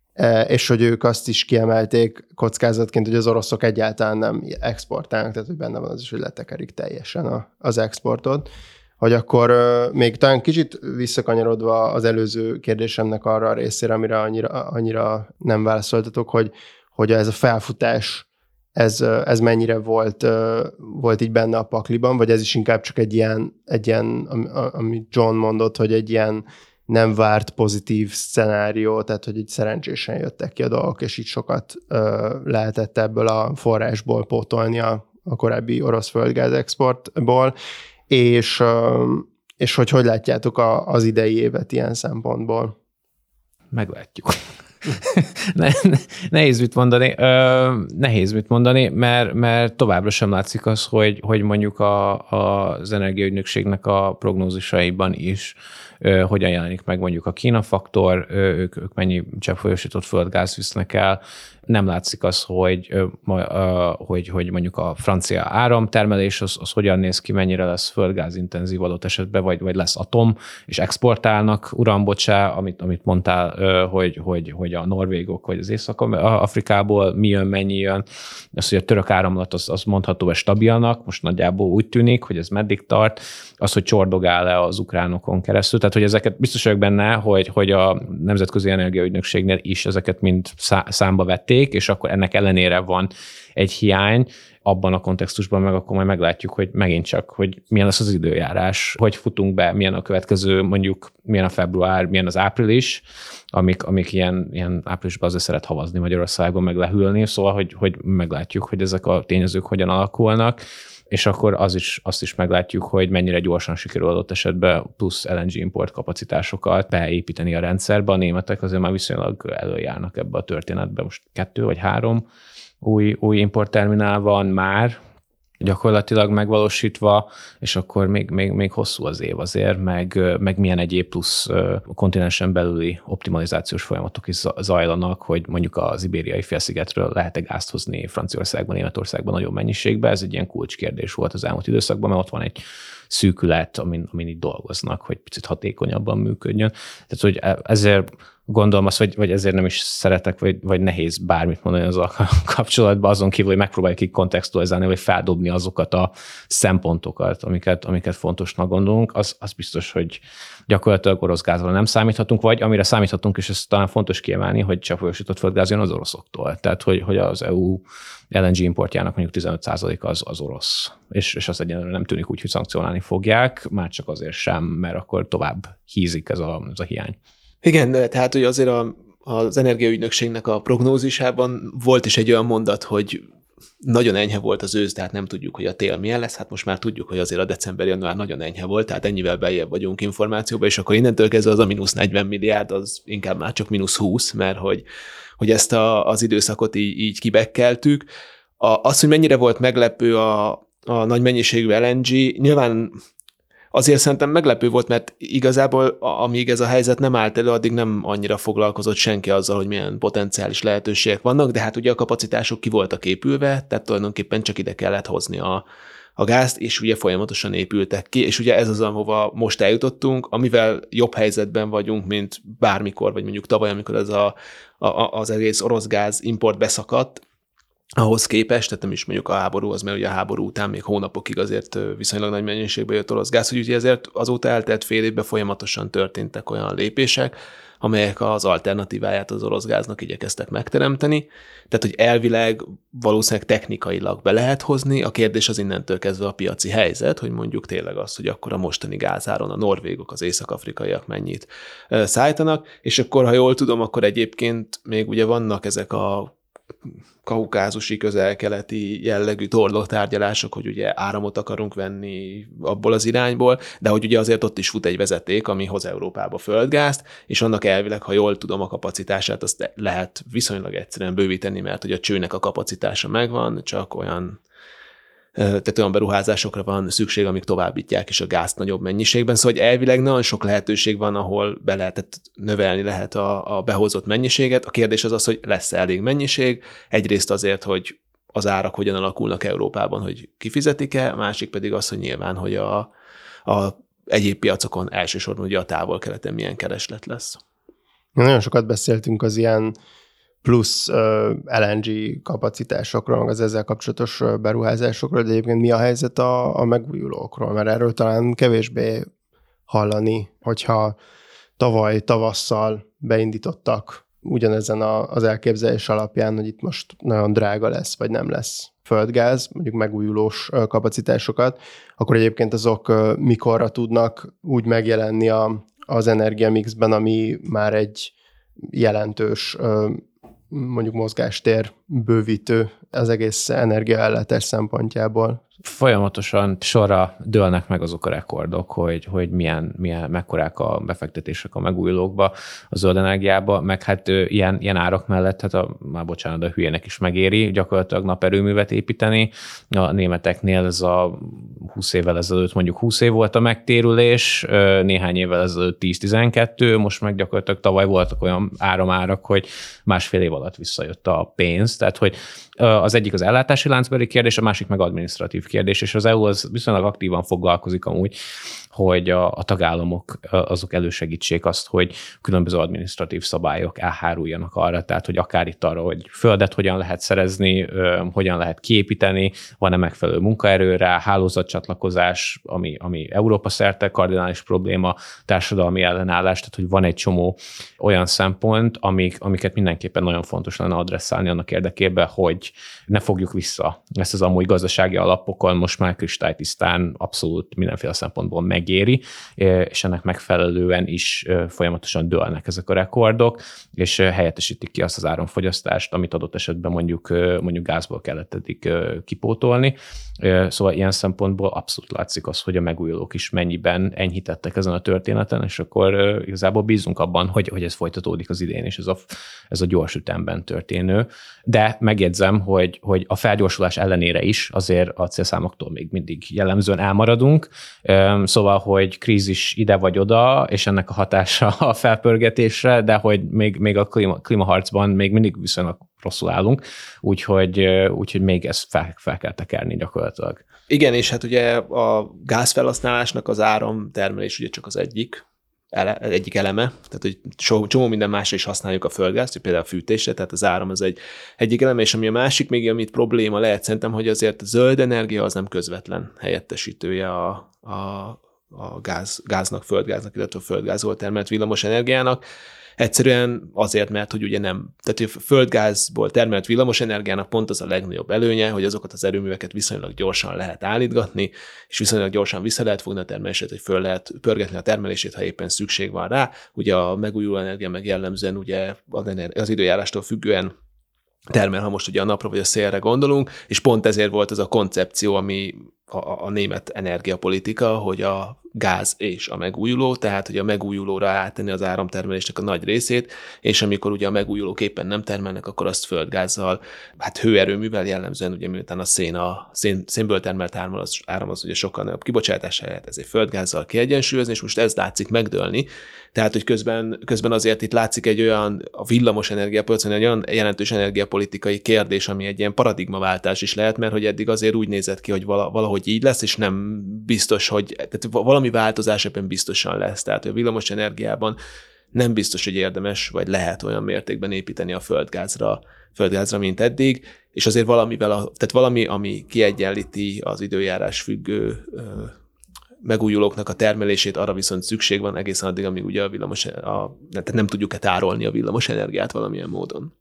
és hogy ők azt is kiemelték kockázatként, hogy az oroszok egyáltalán nem exportálnak, tehát hogy benne van az is, hogy letekerik teljesen az exportot. Hogy akkor uh, még talán kicsit visszakanyarodva az előző kérdésemnek arra a részére, amire annyira, annyira nem válaszoltatok, hogy, hogy ez a felfutás, ez, ez mennyire volt, uh, volt így benne a pakliban, vagy ez is inkább csak egy ilyen, egy ilyen amit John mondott, hogy egy ilyen nem várt pozitív szenárió, tehát hogy így szerencsésen jöttek ki a dolgok, és így sokat ö, lehetett ebből a forrásból pótolni a, a korábbi orosz földgáz exportból, és, ö, és hogy hogy látjátok a, az idei évet ilyen szempontból? Meglátjuk. ne, ne, nehéz mit mondani, ö, nehéz mit mondani, mert, mert továbbra sem látszik az, hogy, hogy mondjuk a, a, az energiaügynökségnek a prognózisaiban is ö, hogyan jelenik meg mondjuk a Kína faktor, ö, ők, ők mennyi cseppfolyósított földgáz visznek el. Nem látszik az, hogy, ö, ö, hogy, hogy mondjuk a francia áramtermelés az, az hogyan néz ki, mennyire lesz földgázintenzív adott esetben, vagy, vagy lesz atom, és exportálnak, uram, bocsá, amit, amit mondtál, ö, hogy, hogy, hogy a norvégok, vagy az Észak-Afrikából mi jön, mennyi jön. Az, hogy a török áramlat az, az mondható stabilnak, most nagyjából úgy tűnik, hogy ez meddig tart, az, hogy csordogál-e az ukránokon keresztül. Tehát, hogy ezeket biztos vagyok benne, hogy, hogy a Nemzetközi Energiaügynökségnél is ezeket mind számba vették, és akkor ennek ellenére van egy hiány, abban a kontextusban meg akkor majd meglátjuk, hogy megint csak, hogy milyen lesz az időjárás, hogy futunk be, milyen a következő, mondjuk milyen a február, milyen az április, amik, amik ilyen, ilyen áprilisban azért szeret havazni Magyarországon, meg lehűlni, szóval, hogy, hogy meglátjuk, hogy ezek a tényezők hogyan alakulnak, és akkor az is, azt is meglátjuk, hogy mennyire gyorsan sikerül adott esetben plusz el en gé import kapacitásokat beépíteni a rendszerbe. A németek azért már viszonylag előjárnak ebbe a történetbe, most kettő vagy három új, új importterminál van már gyakorlatilag megvalósítva, és akkor még, még, még hosszú az év azért, meg, meg milyen egyéb plusz kontinensen belüli optimalizációs folyamatok is zajlanak, hogy mondjuk az Ibériai félszigetről lehet-e gázt hozni Franciaországban, Németországban nagyobb mennyiségben. Ez egy ilyen kulcskérdés volt az elmúlt időszakban, mert ott van egy szűkület, amin, amin itt dolgoznak, hogy picit hatékonyabban működjön. Tehát, hogy ezért gondolom azt, vagy, vagy ezért nem is szeretek, vagy, vagy nehéz bármit mondani azzal kapcsolatban, azon kívül, hogy megpróbáljuk így kontextualizálni, vagy feldobni azokat a szempontokat, amiket, amiket fontosnak gondolunk. Az, az biztos, hogy gyakorlatilag orosz gázra nem számíthatunk, vagy amire számíthatunk, és ez talán fontos kiemelni, hogy cseppfolyósított földgáz jön az oroszoktól. Tehát, hogy, hogy az é u el en gé importjának mondjuk tizenöt százalék az, az orosz. És, és az egyenlően nem tűnik úgy, hogy szankcionálni fogják, már csak azért sem, mert akkor tovább hízik ez a, ez a hiány. Igen, tehát hogy azért a, az energiaügynökségnek a prognózisában volt is egy olyan mondat, hogy nagyon enyhe volt az ősz, tehát nem tudjuk, hogy a tél milyen lesz. Hát most már tudjuk, hogy azért a december-január nagyon enyhe volt, tehát ennyivel beljebb vagyunk információba, és akkor innentől kezdve az a mínusz negyven milliárd, az inkább már csak mínusz húsz, mert hogy, hogy ezt a, az időszakot így, így kibekkeltük. A, az, hogy mennyire volt meglepő a, a nagy mennyiségű el en gé, nyilván azért szerintem meglepő volt, mert igazából amíg ez a helyzet nem állt elő, addig nem annyira foglalkozott senki azzal, hogy milyen potenciális lehetőségek vannak, de hát ugye a kapacitások ki voltak épülve, tehát tulajdonképpen csak ide kellett hozni a, a gázt, és ugye folyamatosan épültek ki, és ugye ez az, ahova most eljutottunk, amivel jobb helyzetben vagyunk, mint bármikor, vagy mondjuk tavaly, amikor ez a, a, az egész orosz gáz import beszakadt, ahhoz képest, tehát nem is mondjuk a háború, az mert ugye a háború után még hónapokig azért viszonylag nagy mennyiségben jött orosz gáz, úgyhogy ezért azóta eltelt fél évben folyamatosan történtek olyan lépések, amelyek az alternatíváját az orosz gáznak igyekeztek megteremteni. Tehát, hogy elvileg valószínűleg technikailag be lehet hozni, a kérdés az innentől kezdve a piaci helyzet, hogy mondjuk tényleg az, hogy akkor a mostani gázáron a norvégok, az észak-afrikaiak mennyit szállítanak, és akkor, ha jól tudom, akkor egyébként még ugye vannak ezek a kaukázusi, közel-keleti jellegű torlótárgyalások, hogy ugye áramot akarunk venni abból az irányból, de hogy ugye azért ott is fut egy vezeték, ami hoz Európába földgázt, és annak elvileg, ha jól tudom a kapacitását, azt lehet viszonylag egyszerűen bővíteni, mert hogy a csőnek a kapacitása megvan, csak olyan tehát olyan beruházásokra van szükség, amik továbbítják is a gázt nagyobb mennyiségben. Szóval hogy elvileg nagyon sok lehetőség van, ahol be lehetett növelni lehet a, a behozott mennyiséget. A kérdés az az, hogy lesz-e elég mennyiség. Egyrészt azért, hogy az árak hogyan alakulnak Európában, hogy kifizetik-e, a másik pedig az, hogy nyilván, hogy a, a egyéb piacokon elsősorban ugye a távol-keleten milyen kereslet lesz. Nagyon sokat beszéltünk az ilyen plusz uh, el en gé kapacitásokról, meg az ezzel kapcsolatos beruházásokról, de egyébként mi a helyzet a, a megújulókról, mert erről talán kevésbé hallani, hogyha tavaly tavasszal beindítottak ugyanezen a, az elképzelés alapján, hogy itt most nagyon drága lesz, vagy nem lesz földgáz, mondjuk megújulós kapacitásokat, akkor egyébként azok mikorra tudnak úgy megjelenni a, az energiamixben, ami már egy jelentős mondjuk mozgástér bővítő az egész energiaellátás szempontjából. Folyamatosan sorra dőlnek meg azok a rekordok, hogy, hogy milyen, milyen, mekkorák a befektetések a megújulókba, a zöld energiába, meg hát ilyen, ilyen árak mellett, hát a, már bocsánat, a hülyének is megéri gyakorlatilag naperőművet építeni. A németeknél ez a húsz évvel ezelőtt mondjuk húsz év volt a megtérülés, néhány évvel ezelőtt tíz-tizenkettő, most meg gyakorlatilag tavaly voltak olyan áramárak, hogy másfél év alatt visszajött a pénz. Tehát, hogy az egyik az ellátási láncbeli kérdés, a másik meg adminisztratív kérdés, és az é u az viszonylag aktívan foglalkozik amúgy, hogy a, a tagállamok azok elősegítsék azt, hogy különböző adminisztratív szabályok elháruljanak arra, tehát hogy akár itt arra, hogy földet hogyan lehet szerezni, hogyan lehet kiépíteni, van-e megfelelő munkaerőre, hálózatcsatlakozás, ami, ami Európa szerte kardinális probléma, társadalmi ellenállás, tehát hogy van egy csomó olyan szempont, amik, amiket mindenképpen nagyon fontos lenne adresszálni annak érdekében, hogy ne fogjuk vissza ezt az amúgy gazdasági alapokon most már kristálytisztán abszolút mindenféle szempontból megéri, és ennek megfelelően is folyamatosan dőlnek ezek a rekordok, és helyettesítik ki azt az áramfogyasztást, amit adott esetben mondjuk, mondjuk gázból kellett eddig kipótolni. Szóval ilyen szempontból abszolút látszik az, hogy a megújulók is mennyiben enyhítettek ezen a történeten, és akkor igazából bízunk abban, hogy, hogy ez folytatódik az idén, és ez a, ez a gyors ütemben történő. De megjegyzem, hogy, hogy a felgyorsulás ellenére is azért a célszámoktól még mindig jellemzően elmaradunk. Szóval, hogy krízis ide vagy oda, és ennek a hatása a felpörgetésre, de hogy még, még a klíma, klímaharcban még mindig viszonylag rosszul állunk, úgyhogy, úgyhogy még ezt fel, fel kell tekerni gyakorlatilag. Igen, és hát ugye a gázfelhasználásnak az áramtermelés ugye csak az egyik, ele, egyik eleme, tehát hogy csomó minden másra is használjuk a földgázt, például a fűtésre, tehát az áram az egy egyik eleme, és ami a másik még, amit probléma lehet szerintem, hogy azért a zöld energia az nem közvetlen helyettesítője a, a, a gáz, gáznak, földgáznak, illetve a földgázból termelt villamos energiának. Egyszerűen azért, mert hogy ugye nem, tehát a földgázból termelt villamos energiának pont az a legnagyobb előnye, hogy azokat az erőműveket viszonylag gyorsan lehet állítgatni, és viszonylag gyorsan vissza lehet fogni a termelését, hogy föl lehet pörgetni a termelését, ha éppen szükség van rá. Ugye a megújuló energia meg jellemzően ugye az időjárástól függően termel, ha most ugye a napra vagy a szélre gondolunk, és pont ezért volt az a koncepció, ami a, a német energiapolitika, hogy a gáz és a megújuló, tehát hogy a megújulóra áttenni az áramtermelésnek a nagy részét, és amikor ugye a megújulók éppen nem termelnek, akkor azt földgázzal, hát hőerőművel jellemzően, ugye miután a szén, a szén, szénből termelt áram az, áram az ugye sokkal nagyobb kibocsátása lehet, ezért földgázzal kiegyensúlyozni, és most ez látszik megdőlni. Tehát, hogy közben, közben azért itt látszik egy olyan, a villamos energiapiacon egy olyan jelentős energiapolitikai kérdés, ami egy ilyen paradigmaváltás is lehet, mert hogy eddig azért úgy nézett ki, hogy valahogy így lesz, és nem biztos, hogy tehát valami változás ebben biztosan lesz. Tehát a villamos energiában nem biztos, hogy érdemes, vagy lehet olyan mértékben építeni a földgázra, földgázra, mint eddig, és azért valamivel, a, tehát valami, ami kiegyenlíti az időjárás függő megújulóknak a termelését, arra viszont szükség van egészen addig, amíg ugye a villamos, a, tehát nem tudjuk-e tárolni a villamos energiát valamilyen módon.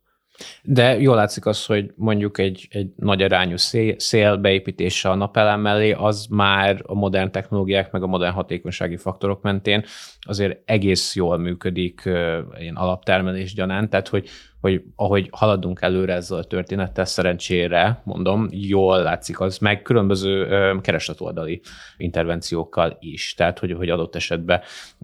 De jól látszik az, hogy mondjuk egy, egy nagy arányú szél, szél beépítése a napelem mellé, az már a modern technológiák, meg a modern hatékonysági faktorok mentén azért egész jól működik ilyen alaptermelés gyanánt, tehát hogy hogy ahogy haladunk előre ezzel a történettel, szerencsére, mondom, jól látszik az, meg különböző keresletoldali intervenciókkal is. Tehát, hogy, hogy adott esetben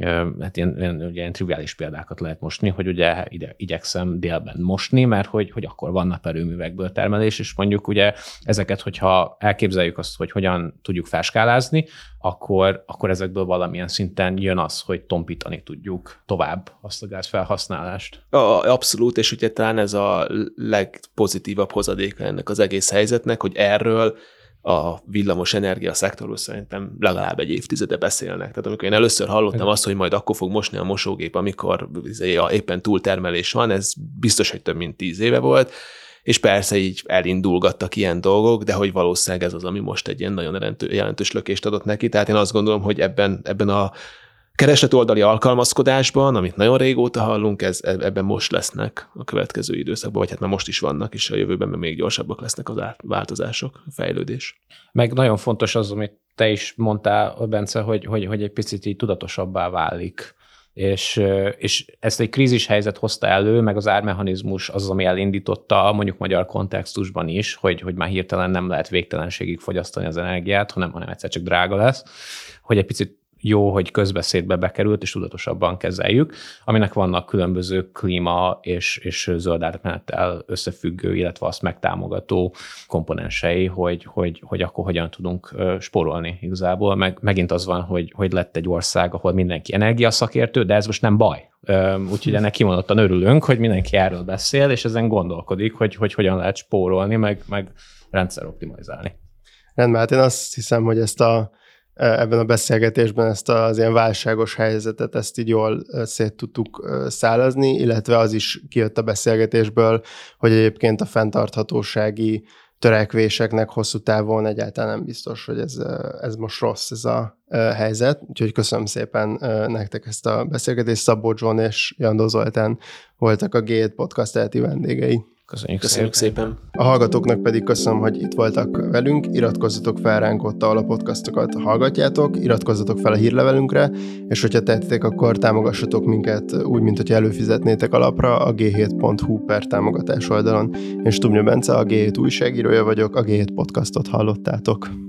hát ilyen, ilyen, ilyen triviális példákat lehet mosni, hogy ugye ide igyekszem délben mosni, mert hogy, hogy akkor van naperőművekből termelés, és mondjuk ugye ezeket, hogyha elképzeljük azt, hogy hogyan tudjuk felskálázni, akkor, akkor ezekből valamilyen szinten jön az, hogy tompítani tudjuk tovább azt a gázfelhasználást. Abszolút, és ugye talán ez a legpozitívabb hozadéka ennek az egész helyzetnek, hogy erről a villamos energia szektorról szerintem legalább egy évtizede beszélnek. Tehát amikor én először hallottam azt, hogy majd akkor fog mosni a mosógép, amikor éppen túltermelés van, ez biztos, hogy több mint tíz éve volt, és persze így elindulgattak ilyen dolgok, de hogy valószínűleg ez az, ami most egy ilyen nagyon jelentős lökést adott neki. Tehát én azt gondolom, hogy ebben, ebben a keresletoldali alkalmazkodásban, amit nagyon régóta hallunk, ez, ebben most lesznek a következő időszakban, vagy hát már most is vannak, és a jövőben még gyorsabbak lesznek az változások, a fejlődés. Meg nagyon fontos az, amit te is mondtál, Bence, hogy, hogy, hogy egy picit így tudatosabbá válik És, és ezt egy krízis helyzet hozta elő, meg az ármechanizmus az, ami elindította mondjuk magyar kontextusban is, hogy, hogy már hirtelen nem lehet végtelenségig fogyasztani az energiát, hanem, hanem egyszer csak drága lesz, hogy egy picit jó, hogy közbeszédbe bekerült, és tudatosabban kezeljük, aminek vannak különböző klíma és, és zöld átmenettel összefüggő, illetve azt megtámogató komponensei, hogy, hogy, hogy akkor hogyan tudunk spórolni igazából. Meg, megint az van, hogy, hogy lett egy ország, ahol mindenki energiaszakértő, de ez most nem baj. Úgyhogy ennek kimondottan örülünk, hogy mindenki erről beszél, és ezen gondolkodik, hogy, hogy hogyan lehet spórolni, meg, meg rendszeroptimalizálni. Rendben, hát én azt hiszem, hogy ezt a ebben a beszélgetésben ezt az ilyen válságos helyzetet, ezt így jól szét tudtuk szálazni, illetve az is kijött a beszélgetésből, hogy egyébként a fenntarthatósági törekvéseknek hosszú távon egyáltalán nem biztos, hogy ez, ez most rossz ez a helyzet. Úgyhogy köszönöm szépen nektek ezt a beszélgetést. Szabó John és Jandó Zoltán voltak a gé hét Podcast elti vendégei. Köszönjük, Köszönjük szépen. szépen. A hallgatóknak pedig köszönöm, hogy itt voltak velünk. Iratkozzatok fel ránk ott, ahol a podcastokat hallgatjátok, iratkozzatok fel a hírlevelünkre, és hogyha tehetitek, akkor támogassatok minket úgy, mint hogy előfizetnétek alapra a gé hét pont hú per támogatás oldalon. Én Stubnya Bence, a gé hét újságírója vagyok, a gé hét podcastot hallottátok.